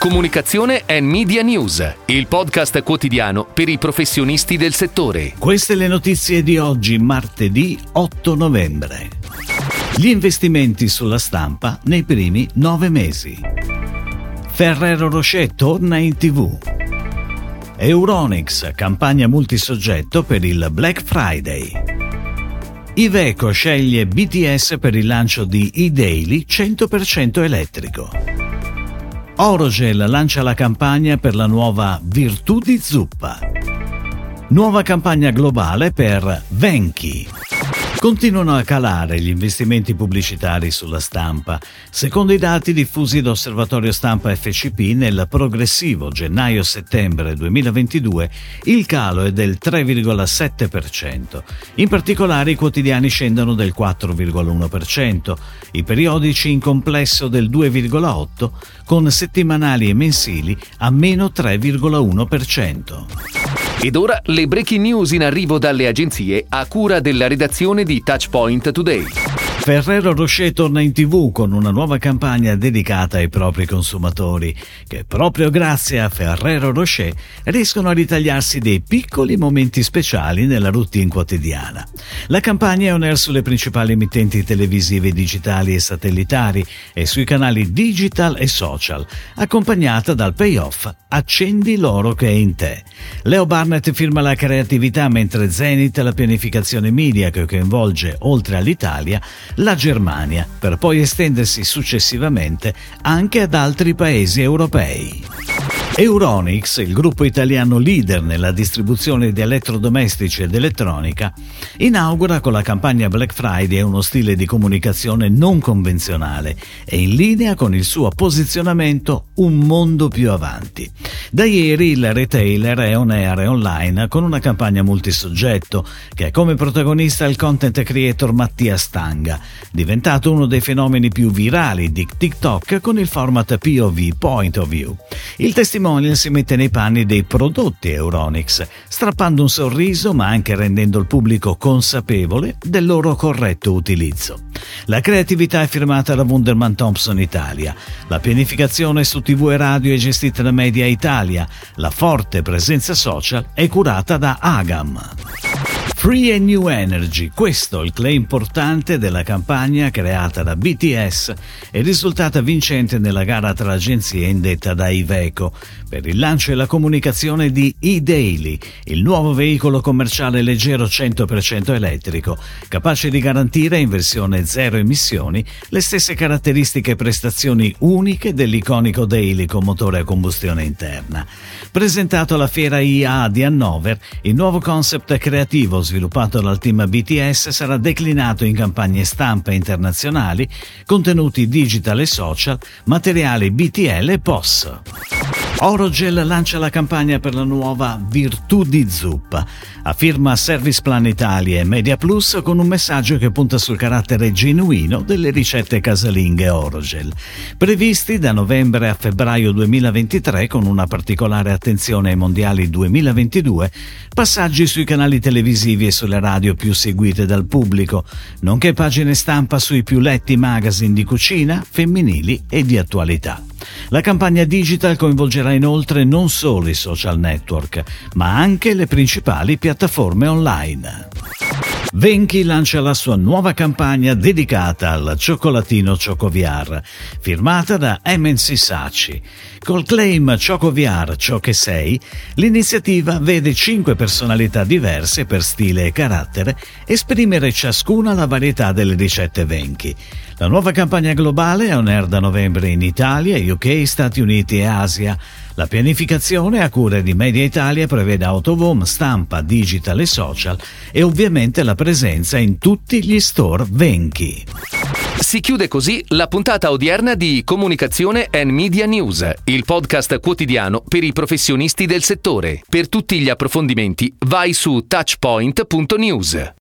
Comunicazione and Media News, il podcast quotidiano per i professionisti del settore. Queste le notizie di oggi, martedì 8 novembre. Gli investimenti sulla stampa nei primi 9 mesi. Ferrero Rocher torna in TV. Euronics, campagna multisoggetto per il Black Friday. Iveco sceglie BTS per il lancio di eDaily 100% elettrico. Orogel lancia la campagna per la nuova Virtù di Zuppa. Nuova campagna globale per Venchi. Continuano a calare gli investimenti pubblicitari sulla stampa. Secondo i dati diffusi da Osservatorio Stampa FCP, nel progressivo gennaio-settembre 2022 il calo è del 3,7%. In particolare i quotidiani scendono del 4,1%, i periodici in complesso del 2,8%, con settimanali e mensili a meno 3,1%. Ed ora le breaking news in arrivo dalle agenzie a cura della redazione di Touchpoint Today. Ferrero Rocher torna in TV con una nuova campagna dedicata ai propri consumatori, che proprio grazie a Ferrero Rocher riescono a ritagliarsi dei piccoli momenti speciali nella routine quotidiana. La campagna è on air sulle principali emittenti televisive digitali e satellitari e sui canali digital e social, accompagnata dal payoff "Accendi l'oro che è in te". Leo Burnett firma la creatività, mentre Zenith la pianificazione media, che coinvolge, oltre all'Italia, la Germania, per poi estendersi successivamente anche ad altri paesi europei. Euronics, il gruppo italiano leader nella distribuzione di elettrodomestici ed elettronica, inaugura con la campagna Black Friday uno stile di comunicazione non convenzionale e in linea con il suo posizionamento "un mondo più avanti". Da ieri il retailer è on air e online con una campagna multisoggetto che ha come protagonista il content creator Mattia Stanga, diventato uno dei fenomeni più virali di TikTok con il format POV, Point of View. Il testimonial si mette nei panni dei prodotti Euronics, strappando un sorriso ma anche rendendo il pubblico consapevole del loro corretto utilizzo. La creatività è firmata da Wunderman Thompson Italia, la pianificazione su TV e radio è gestita da Media Italia, la forte presenza social è curata da Agam. Free and New Energy, questo è il claim portante della campagna creata da BTS e risultata vincente nella gara tra agenzie indetta da Iveco per il lancio e la comunicazione di eDaily, il nuovo veicolo commerciale leggero 100% elettrico, capace di garantire in versione zero emissioni le stesse caratteristiche e prestazioni uniche dell'iconico Daily con motore a combustione interna. Presentato alla fiera IA di Hannover, il nuovo concept creativo sviluppato dal team BTS sarà declinato in campagne stampa internazionali, contenuti digital e social, materiali BTL e POS. Orogel lancia la campagna per la nuova Virtù di Zuppa, a firma Service Plan Italia e Media Plus, con un messaggio che punta sul carattere genuino delle ricette casalinghe Orogel, previsti da novembre a febbraio 2023 con una particolare attenzione ai mondiali 2022, passaggi sui canali televisivi e sulle radio più seguite dal pubblico, nonché pagine stampa sui più letti magazine di cucina, femminili e di attualità. La campagna digital coinvolgerà inoltre non solo i social network, ma anche le principali piattaforme online. Venchi lancia la sua nuova campagna dedicata al cioccolatino CiocoVR, firmata da MNC Saatchi. Col claim CiocoVR, ciò che sei, l'iniziativa vede 5 personalità diverse per stile e carattere esprimere ciascuna la varietà delle ricette Venchi. La nuova campagna globale è on air da novembre in Italia, UK, Stati Uniti e Asia. La pianificazione a cura di Media Italia prevede out of home, stampa, digital e social e ovviamente la presenza in tutti gli store Venchi. Si chiude così la puntata odierna di Comunicazione and Media News, il podcast quotidiano per i professionisti del settore. Per tutti gli approfondimenti vai su touchpoint.news.